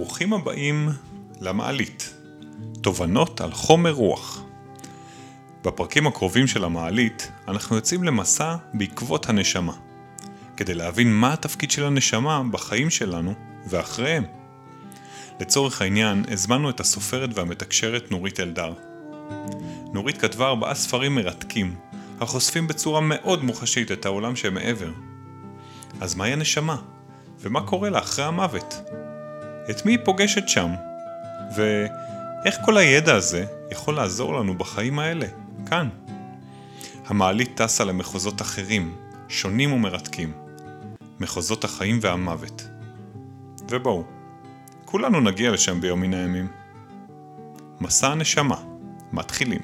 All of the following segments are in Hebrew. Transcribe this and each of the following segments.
ברוכים הבאים למעלית, תובנות על חומר רוח. בפרקים הקרובים של המעלית אנחנו יוצאים למסע בעקבות הנשמה, כדי להבין מה התפקיד של הנשמה בחיים שלנו ואחריהם. לצורך העניין הזמנו את הסופרת והמתקשרת נורית אלדר. נורית כתבה 4 ספרים מרתקים, החושפים בצורה מאוד מוחשית את העולם שמעבר. אז מהי הנשמה? ומה קורה לה אחרי המוות? את מי היא פוגשת שם? ואיך כל הידע הזה יכול לעזור לנו בחיים האלה, כאן? המעלית טסה למחוזות אחרים, שונים ומרתקים. מחוזות החיים והמוות. ובואו, כולנו נגיע לשם ביום מן הימים. מסע הנשמה, מתחילים.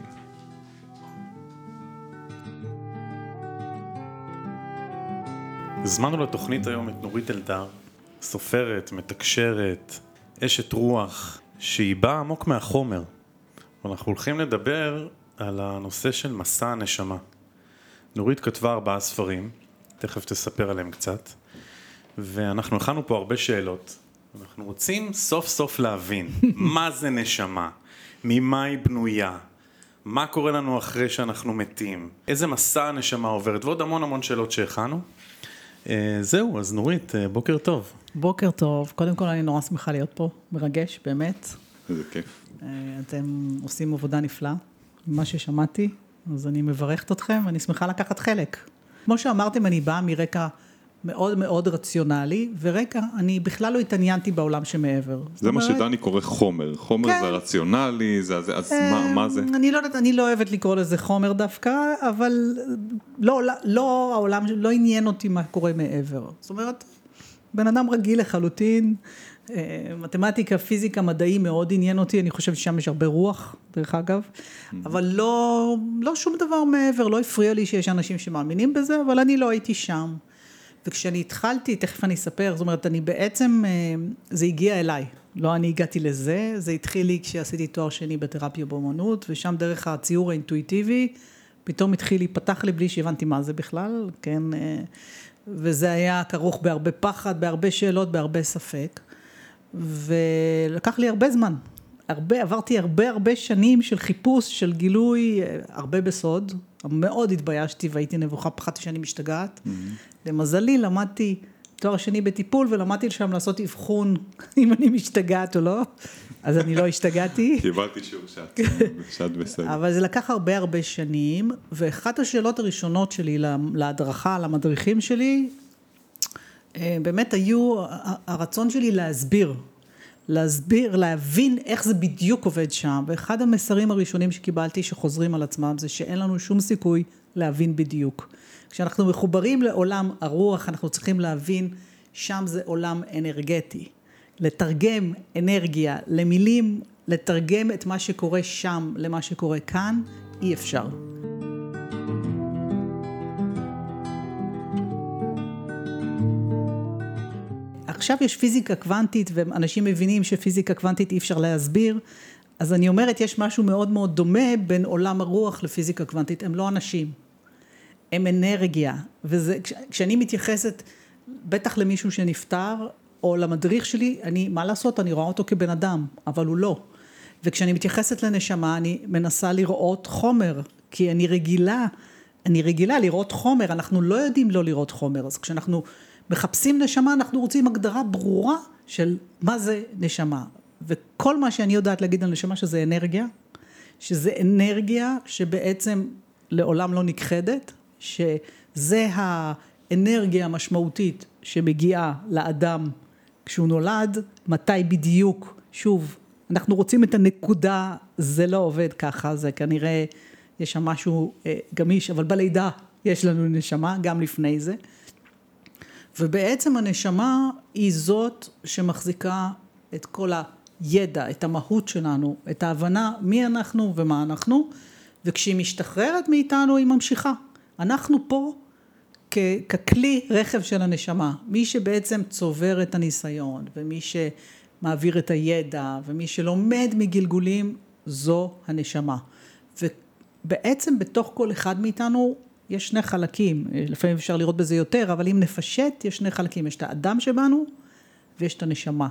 הזמנו לתוכנית היום את נורית אלדר, סופרת, מתקשרת, אשת רוח, שהיא באה עמוק מהחומר. ואנחנו הולכים לדבר על הנושא של מסע הנשמה. נורית כתבה 4 ספרים, תכף תספר עליהם קצת, ואנחנו הכנו פה הרבה שאלות. אנחנו רוצים סוף סוף להבין מה זה נשמה, ממה היא בנויה, מה קורה לנו אחרי שאנחנו מתים, איזה מסע הנשמה עוברת, ועוד המון שאלות שהכנו. זהו, אז נורית, בוקר טוב. בוקר טוב. קודם כל אני נורא שמחה להיות פה, מרגש, באמת. איזה כיף. אתם עושים עבודה נפלאה, ממה ששמעתי, אז אני מברכת אתכם, ואני שמחה לקחת חלק. כמו שאמרתם, אני באה מרקע מאוד מאוד רציונלי, ורקע, אני בכלל לא התעניינתי בעולם שמעבר. זה מה שדני קורא חומר. חומר זה רציונלי, אז מה זה? אני לא יודעת, אני לא אוהבת לקרוא לזה חומר דווקא, אבל לא העולם, לא עניין אותי מה קורה מעבר. זאת אומרת, בן אדם רגיל לחלוטין, מתמטיקה, פיזיקה, מדעי מאוד עניין אותי, אני חושבת ששם יש הרבה רוח, דרך אגב, אבל לא שום דבר מעבר, לא הפריע לי שיש אנשים שמאמינים בזה, אבל אני לא הייתי שם. וכשאני התחלתי, תכף אני אספר, זאת אומרת, אני בעצם, זה הגיע אליי, לא אני הגעתי לזה, זה התחיל לי כשעשיתי תואר שני בתרפיה באמנות, ושם דרך הציור האינטואיטיבי, פתאום התחיל להיפתח לי בלי שהבנתי מה זה בכלל, כן, וזה היה כרוך בהרבה פחד, בהרבה שאלות, בהרבה ספק, ולקח לי הרבה זמן, עברתי הרבה שנים של חיפוש, של גילוי, הרבה בסוד, מאוד התביישתי והייתי נבוכה, פחדתי שאני משתגעת. למזלי למדתי תואר שני בטיפול, ולמדתי שם לעשות אבחון אם אני משתגעת או לא, אז אני לא השתגעתי. קיבלתי שיעור שאת בסדר. אבל זה לקח הרבה שנים, ואחת השאלות הראשונות שלי להדרכה, למדריכים שלי, באמת היו הרצון שלי להבין איך זה בדיוק עובד שם, ואחד המסרים הראשונים שקיבלתי שחוזרים על עצמם, זה שאין לנו שום סיכוי להבין בדיוק. כשאנחנו מחוברים לעולם הרוח, אנחנו צריכים להבין, שם זה עולם אנרגטי. לתרגם אנרגיה למילים, לתרגם את מה שקורה שם למה שקורה כאן, אי אפשר. עכשיו יש פיזיקה קוונטית, ואנשים מבינים שפיזיקה קוונטית אי אפשר להסביר, אז אני אומרת, יש משהו מאוד דומה בין עולם הרוח לפיזיקה קוונטית, הם לא אנשים, הם אנרגיה, וכשאני מתייחסת בטח למישהו שנפטר, או למדריך שלי, מה לעשות, אני רואה אותו כבן אדם, אבל הוא לא. וכשאני מתייחסת לנשמה, אני מנסה לראות חומר, כי אני רגילה לראות חומר, אנחנו לא יודעים לא לראות חומר, אז כשאנחנו מחפשים נשמה, אנחנו רוצים הגדרה ברורה של מה זה נשמה. וכל מה שאני יודעת להגיד על נשמה שזה אנרגיה, שזה אנרגיה שבעצם לעולם לא נכחדת, שזה האנרגיה המשמעותית שמגיעה לאדם כשהוא נולד, מתי בדיוק, שוב, אנחנו רוצים את הנקודה, זה לא עובד ככה, זה כנראה יש שם משהו גמיש, אבל בלידה יש לנו נשמה, גם לפני זה. ובעצם הנשמה היא זאת שמחזיקה את כל הידע, את המהות שלנו, את ההבנה מי אנחנו ומה אנחנו, וכשהיא משתחררת מאיתנו היא ממשיכה. אנחנו פה ככלי רכב של הנשמה, מי שבעצם צובר את הניסיון, ומי שמעביר את הידע, ומי שלומד מגלגולים, זו הנשמה. ובעצם בתוך כל אחד מאיתנו יש 2 חלקים, לפעמים אפשר לראות בזה יותר, אבל אם נפשט, יש 2 חלקים, יש את האדם שבנו, ויש את הנשמה.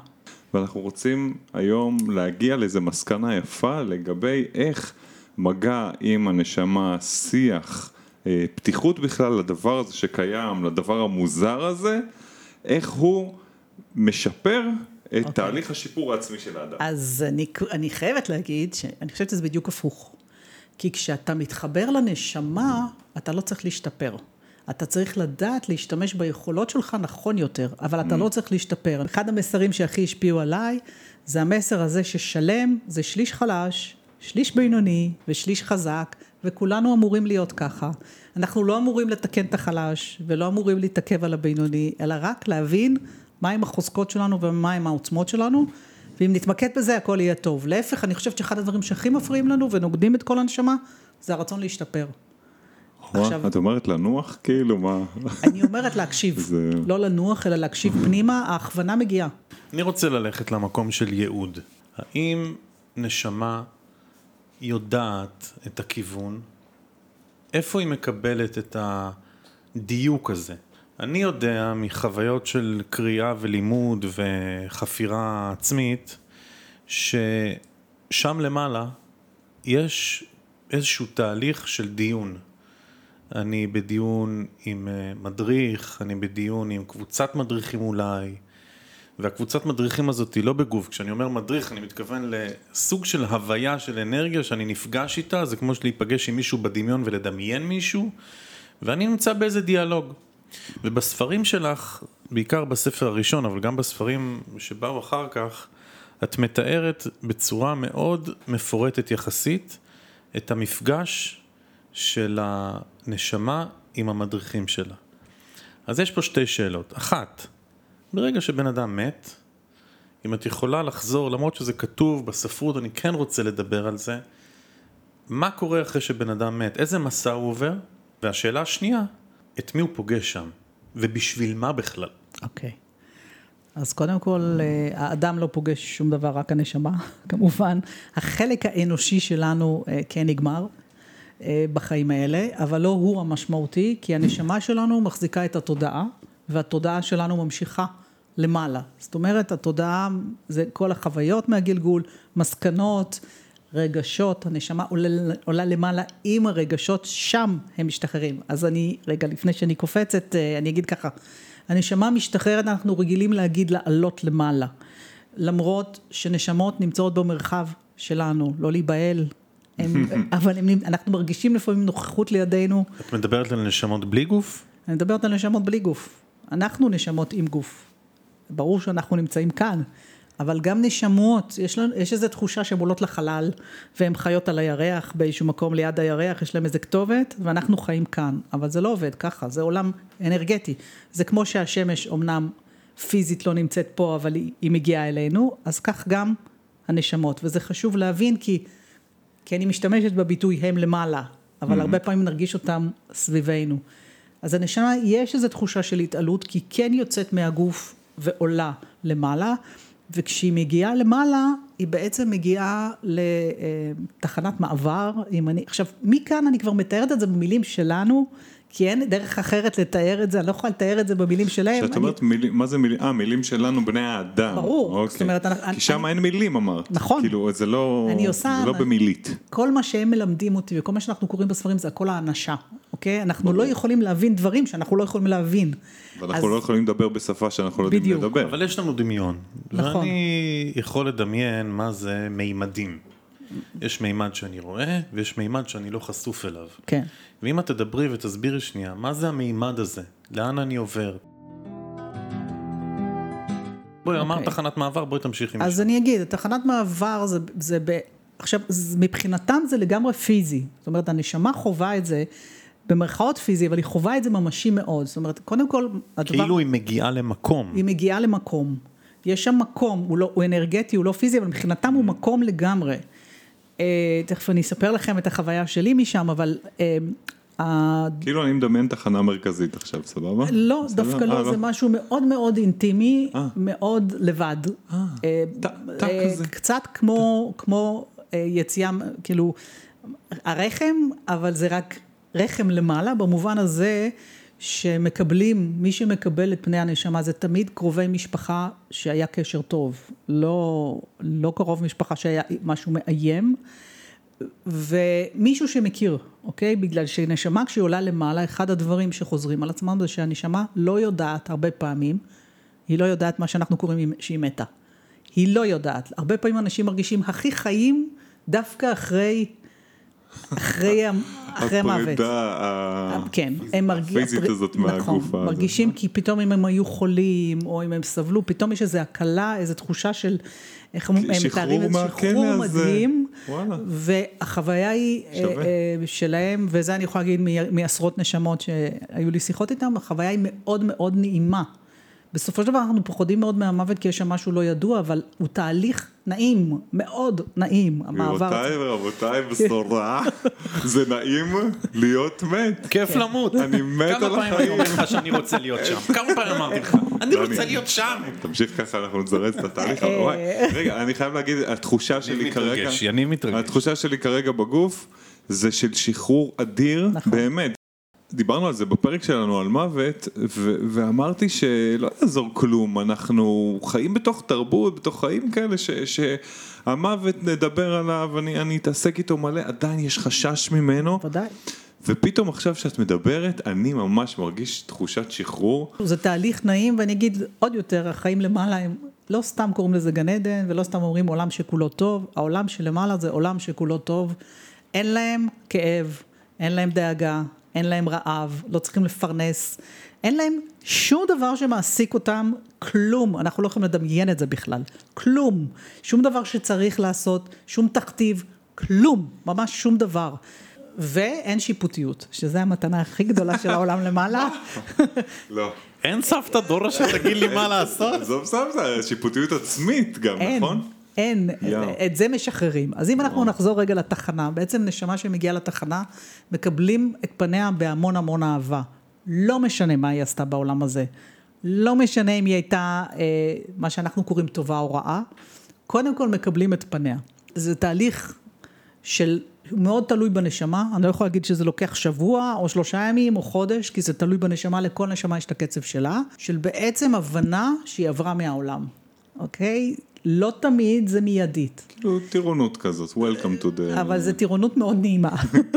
ואנחנו רוצים היום להגיע לאיזו מסקנה יפה לגבי איך מגע עם הנשמה, שיח, פתיחות בכלל לדבר הזה שקיים, לדבר המוזר הזה, איך הוא משפר את תהליך השיפור העצמי של האדם. אז אני חייבת להגיד שאני חושבת שזה בדיוק הפוך. כי כשאתה מתחבר לנשמה, אתה לא צריך להשתפר. אתה צריך לדעת להשתמש ביכולות שלך נכון יותר, אבל אתה לא צריך להשתפר. אחד המסרים שהכי השפיעו עליי, זה המסר הזה ששלם זה שליש חלש, שליש בינוני ושליש חזק, וכולנו אמורים להיות ככה. אנחנו לא אמורים לתקן את החלש, ולא אמורים להתעכב על הבינוני, אלא רק להבין מהם החוזקות שלנו ומהם העוצמות שלנו, ואם נתמקד בזה הכל יהיה טוב. להפך, אני חושבת שאחד הדברים שהכי מפריעים לנו ונוגדים את כל הנשמה, זה הרצון להשתפר. עכשיו, את אומרת לנוח כאילו מה? אני אומרת להקשיב, לא לנוח אלא להקשיב פנימה, ההכוונה מגיעה. אני רוצה ללכת למקום של ייעוד. האם נשמה יודעת את הכיוון? איפה היא מקבלת את הדיוק הזה? אני יודע מחוויות של קריאה ולימוד וחפירה עצמית, ששם למעלה יש איזשהו תהליך של דיון. אני בדיון עם מדריך, אני בדיון עם קבוצת מדריכים אולי, והקבוצת מדריכים הזאת היא לא בגוף. כשאני אומר מדריך, אני מתכוון לסוג של הוויה של אנרגיה שאני נפגש איתה, זה כמו להיפגש עם מישהו בדמיון ולדמיין מישהו, ואני נמצא באיזה דיאלוג. ובספרים שלך, בעיקר בספר הראשון, אבל גם בספרים שבאו אחר כך, את מתארת בצורה מאוד מפורטת יחסית את המפגש של הנשמה עם המדריכים שלה. אז יש פה שתי שאלות. אחת, ברגע שבן אדם מת, אם את יכולה לחזור, למרות שזה כתוב בספרות, אני כן רוצה לדבר על זה, מה קורה אחרי שבן אדם מת? איזה מסע הוא עובר? והשאלה השנייה, את מי הוא פוגש שם? ובשביל מה בכלל? אוקיי. אז קודם כל, האדם לא פוגש שום דבר, רק הנשמה, כמובן. החלק האנושי שלנו כן נגמר בחיים האלה, אבל לא הוא המשמעותי, כי הנשמה שלנו מחזיקה את התודעה, והתודעה שלנו ממשיכה למעלה. זאת אומרת, התודעה זה כל החוויות מהגלגול, מסקנות, רגשות, הנשמה עולה למעלה עם הרגשות, שם הם משתחררים. אז אני, רגע, לפני שאני קופצת, אני אגיד ככה, הנשמה משתחררת, אנחנו רגילים להגיד לעלות למעלה, למרות שנשמות נמצאות במרחב שלנו, לא להיבהל, אבל אנחנו מרגישים לפעמים נוכחות לידינו. את מדברת על נשמות בלי גוף? אני מדברת על נשמות בלי גוף. אנחנו נשמות עם גוף. ברור שאנחנו נמצאים כאן, אבל גם נשמות, יש איזו תחושה שהן עולות לחלל, והן חיות על הירח, באיזשהו מקום ליד הירח, יש להם איזו כתובת, ואנחנו חיים כאן. אבל זה לא עובד ככה, זה עולם אנרגטי. זה כמו שהשמש אומנם פיזית לא נמצאת פה, אבל היא מגיעה אלינו, אז כך גם הנשמות. וזה חשוב להבין, כי אני משתמשת בביטוי הם למעלה, אבל הרבה פעמים נרגיש אותם סביבנו. אז הנשמה, יש איזו תחושה של התעלות, כי כן יוצאת מהגוף ועולה למעלה, וכשהיא מגיעה למעלה, היא בעצם מגיעה לתחנת מעבר. עכשיו, מכאן אני כבר מתארת את זה במילים שלנו, כי אין דרך אחרת לתאר את זה, אני לא יכולה לתאר את זה במילים שלהם. שאת אומרת, מה זה מילים? מילים שלנו בני האדם. ברור. זאת אומרת, כי שם אין מילים, אמרת. נכון. כאילו, זה לא במילית. כל מה שהם מלמדים אותי, וכל מה שאנחנו קוראים בספרים, זה הכל האנשה. אוקיי? אנחנו לא יכולים להבין דברים שאנחנו לא יכולים להבין. ואנחנו לא יכולים לדבר בשפה שאנחנו לא יודעים לדבר. אבל יש לנו דמיון. נכון. ואני יכול לדמיין מה זה מימדים. יש מימד שאני רואה, ויש מימד שאני לא חשוף אליו. כן. ואם את תדברי ותסבירי שנייה, מה זה המימד הזה? לאן אני עובר? בואי, אמרת תחנת מעבר, בואי תמשיכי משהו. אז אני אגיד, תחנת מעבר עכשיו, מבחינתם זה לגמרי פיזי. זאת אומרת, הנשמה חובה את זה, במרכאות פיזי, אבל היא חובה את זה ממשי מאוד. זאת אומרת, קודם כל, כאילו היא מגיעה למקום. היא מגיעה למקום. יש שם מקום, הוא אנרגטי, הוא לא פיזי, אבל מבחינתם הוא מקום לגמרי. תכף אני אספר לכם את החוויה שלי משם, אבל כאילו אני מדמיין תחנה מרכזית עכשיו, סבבה? לא, דווקא לא, זה משהו מאוד מאוד אינטימי, מאוד לבד. קצת כמו יציאה, כאילו, הרחם, אבל זה רק רחם למעלה, במובן הזה שמקבלים, מי שמקבל את פני הנשמה, זה תמיד קרובי משפחה שהיה קשר טוב, לא קרוב משפחה שהיה משהו מאיים, ומישהו שמכיר, אוקיי? בגלל שנשמה כשהיא עולה למעלה, אחד הדברים שחוזרים על עצמם זה שהנשמה לא יודעת הרבה פעמים, היא לא יודעת מה שאנחנו קוראים שהיא מתה. היא לא יודעת. הרבה פעמים אנשים מרגישים הכי חיים דווקא אחרי המוות. הפרידה כן, הפיזית הזאת מהגוף. נכון, מרגישים כי פתאום אם הם היו חולים, או אם הם סבלו, פתאום יש איזו הקלה, איזו תחושה של, איך הם מתארים את שחרור מדהים, והחוויה היא שלהם, וזה אני יכולה להגיד מעשרות נשמות שהיו לי שיחות איתם, החוויה היא מאוד מאוד נעימה. בסופו של דבר אנחנו פוחדים מאוד מהמוות כי יש שם משהו לא ידוע, אבל הוא תהליך נעים, מאוד נעים. גבירותיי ורבותיי, בשורה, זה נעים להיות מת. כיף למות. אני מת על כמה פעמים אני החיים. אומר לך שאני רוצה להיות שם? כמה פעמים אמרתי לך? אני רוצה להיות שם. תמשיך ככה, אנחנו נזרז את התהליך. רגע, אני חייב להגיד, התחושה שלי כרגע בגוף, זה של שחרור אדיר, באמת. דיברנו על זה בפרק שלנו על מוות, ואמרתי שלא יעזור כלום, אנחנו חיים בתוך תרבות, בתוך חיים כאלה שהמוות נדבר עליו, אני אתעסק איתו מלא, עדיין יש חשש ממנו. ודאי. ופתאום עכשיו שאת מדברת, אני ממש מרגיש תחושת שחרור. זה תהליך נעים, ואני אגיד עוד יותר, החיים למעלה הם לא סתם קוראים לזה גן עדן, ולא סתם אומרים עולם שכולו טוב, העולם שלמעלה זה עולם שכולו טוב, אין להם כאב, אין להם דאגה, אין להם רעב, לא צריכים לפרנס, אין להם שום דבר שמעסיק אותם, כלום, אנחנו לא יכולים לדמיין את זה בכלל, כלום, שום דבר שצריך לעשות, שום תכתיב, כלום, ממש שום דבר, ואין שיפוטיות, שזה המתנה הכי גדולה של העולם למעלה. לא. אין סבתא דורה שתגיד לי מה לעשות? עזוב סבתא, שיפוטיות עצמית גם, נכון? אין, את זה משחררים. אז אם אנחנו נחזור רגע לתחנה, בעצם נשמה שמגיעה לתחנה, מקבלים את פניה בהמון המון אהבה. לא משנה מה היא עשתה בעולם הזה. לא משנה אם היא הייתה, מה שאנחנו קוראים טובה או רעה. קודם כל מקבלים את פניה. זה תהליך של, מאוד תלוי בנשמה. אני לא יכול להגיד שזה לוקח שבוע או 3 ימים או חודש, כי זה תלוי בנשמה, לכל נשמה יש את הקצב שלה, של בעצם הבנה שהיא עברה מהעולם. אוקיי? לא תמיד זה מיידית. כאילו טירונות כזאת, welcome to the... אבל זה טירונות מאוד נעימה.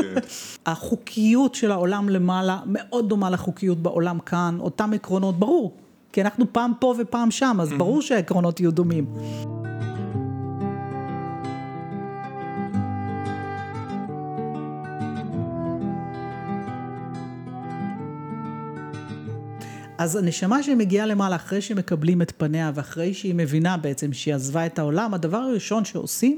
החוקיות של העולם למעלה מאוד דומה לחוקיות בעולם כאן, אותם עקרונות, ברור, כי אנחנו פעם פה ופעם שם, אז ברור שהעקרונות יהיו דומים. אז הנשמה שמגיעה למעלה אחרי שמקבלים את פניה ואחרי שהיא מבינה בעצם שהיא עזבה את העולם, הדבר הראשון שעושים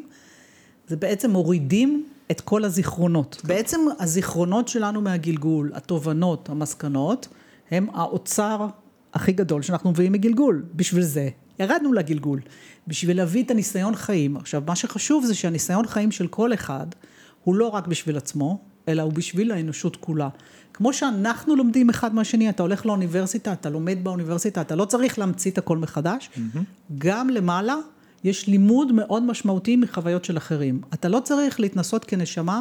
זה בעצם מורידים את כל הזיכרונות. בעצם הזיכרונות שלנו מהגלגול, התובנות, המסקנות, הם האוצר הכי גדול שאנחנו מביאים מגלגול. בשביל זה ירדנו לגלגול, בשביל להביא את הניסיון חיים. עכשיו מה שחשוב זה שהניסיון חיים של כל אחד הוא לא רק בשביל עצמו, אלא הוא בשביל האנושות כולה. כמו שאנחנו לומדים אחד מהשני, אתה הולך לאוניברסיטה, אתה לומד באוניברסיטה, אתה לא צריך להמציא את הכל מחדש, גם למעלה יש לימוד מאוד משמעותי מחוויות של אחרים. אתה לא צריך להתנסות כנשמה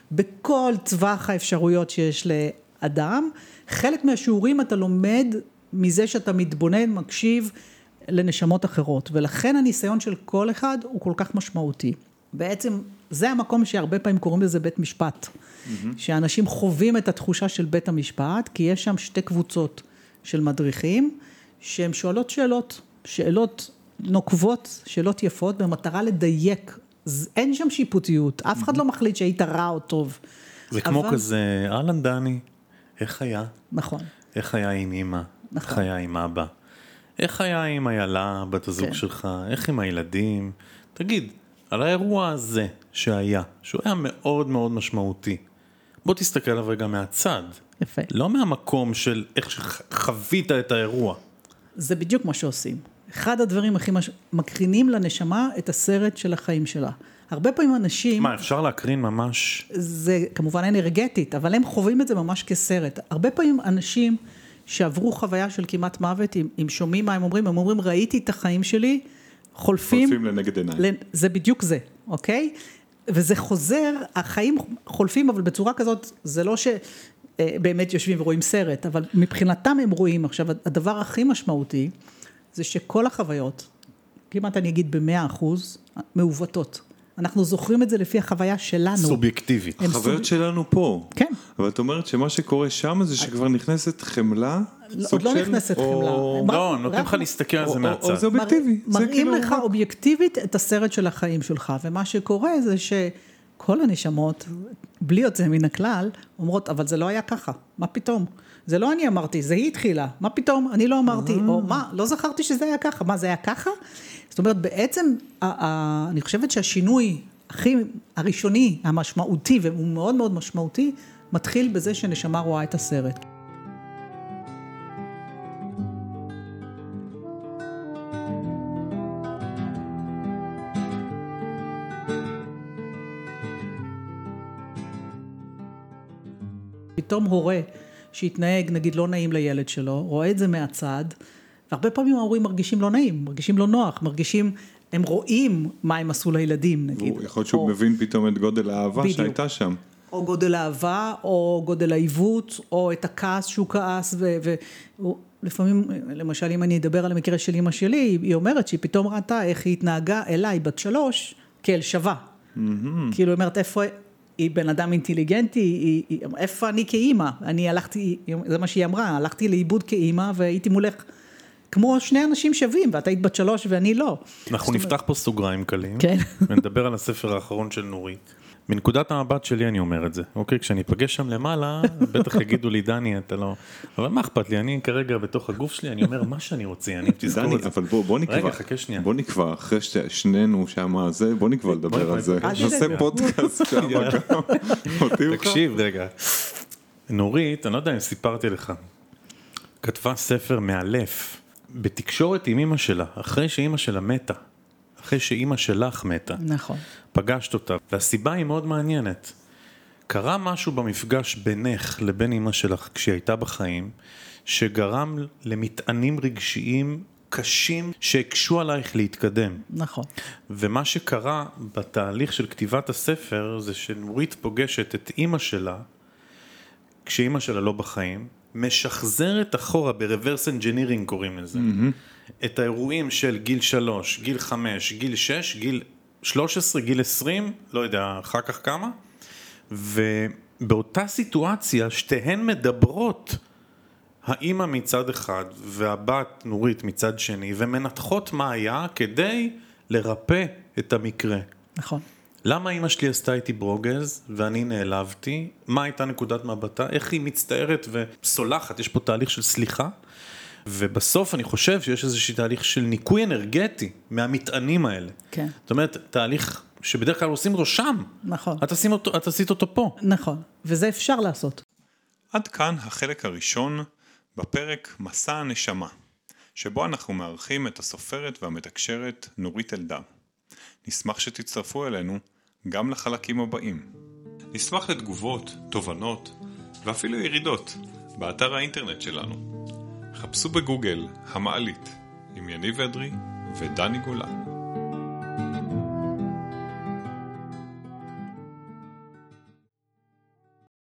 בכל טווח האפשרויות שיש לאדם, חלק מהשיעורים אתה לומד מזה שאתה מתבונן, מקשיב לנשמות אחרות, ולכן הניסיון של כל אחד הוא כל כך משמעותי. בעצם זה המקום שהרבה פעמים קוראים לזה בית משפט, שאנשים חווים את התחושה של בית המשפט, כי יש שם 2 קבוצות של מדריכים, שהם שואלות שאלות נוקבות, שאלות יפות, במטרה לדייק, אין שם שיפוטיות, אף אחד לא מחליט שהיית רע או טוב. זה כמו כזה, אהלן דני, איך היה? נכון. איך היה עם אמא? איך היה עם אבא? איך היה עם איילה, בת הזוג שלך? איך עם הילדים? תגיד, על האירוע הזה שהיה, שהוא היה מאוד מאוד משמעותי, בוא תסתכל עליו רגע מהצד. יפה. לא מהמקום של איך שחווית את האירוע. זה בדיוק מה שעושים. אחד הדברים הכי מקרינים לנשמה את הסרט של החיים שלה. הרבה פעמים אנשים... מה, אפשר להקרין ממש? זה כמובן אנרגטית, אבל הם חווים את זה ממש כסרט. הרבה פעמים אנשים שעברו חוויה של כמעט מוות, אם שומעים מה הם אומרים, ראיתי את החיים שלי, חולפים לנגד עיניי. זה בדיוק זה, אוקיי? וזה חוזר, החיים חולפים, אבל בצורה כזאת, זה לא באמת יושבים ורואים סרט, אבל מבחינתם הם רואים. עכשיו, הדבר הכי משמעותי, זה שכל החוויות, כמעט אני אגיד ב100%, מעוותות. אנחנו זוכרים את זה לפי החוויה שלנו. סובייקטיבית. החוויות שלנו פה. כן. אבל את אומרת שמה שקורה שם זה שכבר נכנסת חמלה? עוד לא נכנסת חמלה. לא, נותנים לך להסתכל על זה מהצד. או זה אובייקטיבי. מראים לך אובייקטיבית את הסרט של החיים שלך, ומה שקורה זה שכל הנשמות, בלי יוצא מן הכלל, אומרות, אבל זה לא היה ככה, מה פתאום? זה לא אני אמרתי, זה היא התחילה, מה פתאום? אני לא אמרתי, או מה, לא זכרתי שזה היה ככה, מה זה היה ככה? זאת אומרת, בעצם, אני חושבת שהשינוי הכי הראשוני, המשמעותי, והוא מאוד מאוד משמעותי, מתחיל בזה שנשמה רואה את הסרט. פתאום הורה שהתנהג, נגיד, לא נעים לילד שלו, רואה את זה מהצד, והרבה פעמים ההורים מרגישים לא נעים, מרגישים לא נוח, מרגישים, הם רואים מה הם עשו לילדים, נגיד. יכול להיות שהוא מבין פתאום את גודל האהבה שהייתה שם. או גודל האהבה, או גודל העיוות, או את הכעס שהוא כעס, ולפעמים, למשל, אם אני אדבר על המקרה של אמא שלי, היא אומרת שהיא פתאום ראתה איך היא התנהגה אליי בת 3, כאל שווה. כאילו, היא אומרת, איפה... היא בן אדם אינטליגנטי, איפה אני כאימא? אני הלכתי, זה מה שהיא אמרה, הלכתי לאיבוד כאימא, והייתי מולך כמו שני אנשים שווים, ואת היית בת 3 ואני לא. אנחנו נפתח פה סוגריים קלים, כן. ונדבר על הספר האחרון של נורית. מנקודת המבט שלי אני אומר את זה, אוקיי? כשאני אפגש שם למעלה, בטח יגידו לי, דני, אתה לא... אבל מה אכפת לי? אני כרגע בתוך הגוף שלי, אני אומר מה שאני רוצה, אני תזכור את זה. אבל בוא נקבע. רגע, חכה שנייה. בוא נקבע, אחרי שנינו שם זה, בוא נקבע לדבר על זה. נעשה פודקאסט שם גם. תקשיב רגע. נורית, אני לא יודע אם סיפרתי לך, כתבה ספר מאלף, בתקשורת עם אמא שלה, אחרי שאמא שלה מתה. אחרי שאמא שלך מתה. נכון. פגשת אותה, והסיבה היא מאוד מעניינת. קרה משהו במפגש בינך לבין אמא שלך כשהיא הייתה בחיים, שגרם למטענים רגשיים קשים שהקשו עלייך להתקדם. נכון. ומה שקרה בתהליך של כתיבת הספר, זה שנורית פוגשת את אמא שלה, כשאמא שלה לא בחיים, משחזרת אחורה, ברוורס אנג'ינירינג קוראים לזה, את האירועים של גיל 3, גיל 5, גיל 6, גיל 13, גיל 20, לא יודע, אחר כך כמה, ובאותה סיטואציה שתיהן מדברות, האמא מצד אחד והבת נורית מצד שני, ומנתחות מה היה כדי לרפא את המקרה. נכון. למה אמא שלי עשתה איתי ברוגז ואני נעלבתי? מה הייתה נקודת מבטה? איך היא מצטערת וסולחת? יש פה תהליך של סליחה. ובסוף אני חושב שיש איזושהי תהליך של ניקוי אנרגטי מהמטענים האלה. כן. זאת אומרת, תהליך שבדרך כלל עושים אותו שם. נכון. את עשית אותו פה. נכון. וזה אפשר לעשות. עד כאן החלק הראשון בפרק מסע הנשמה, שבו אנחנו מארחים את הסופרת והמתקשרת נורית אלדר. נשמח שתצטרפו אלינו גם לחלקים הבאים. נשמח לתגובות, תובנות ואפילו ירידות באתר האינטרנט שלנו. חפשו בגוגל המעלית עם יניב אדרי ודני גולן.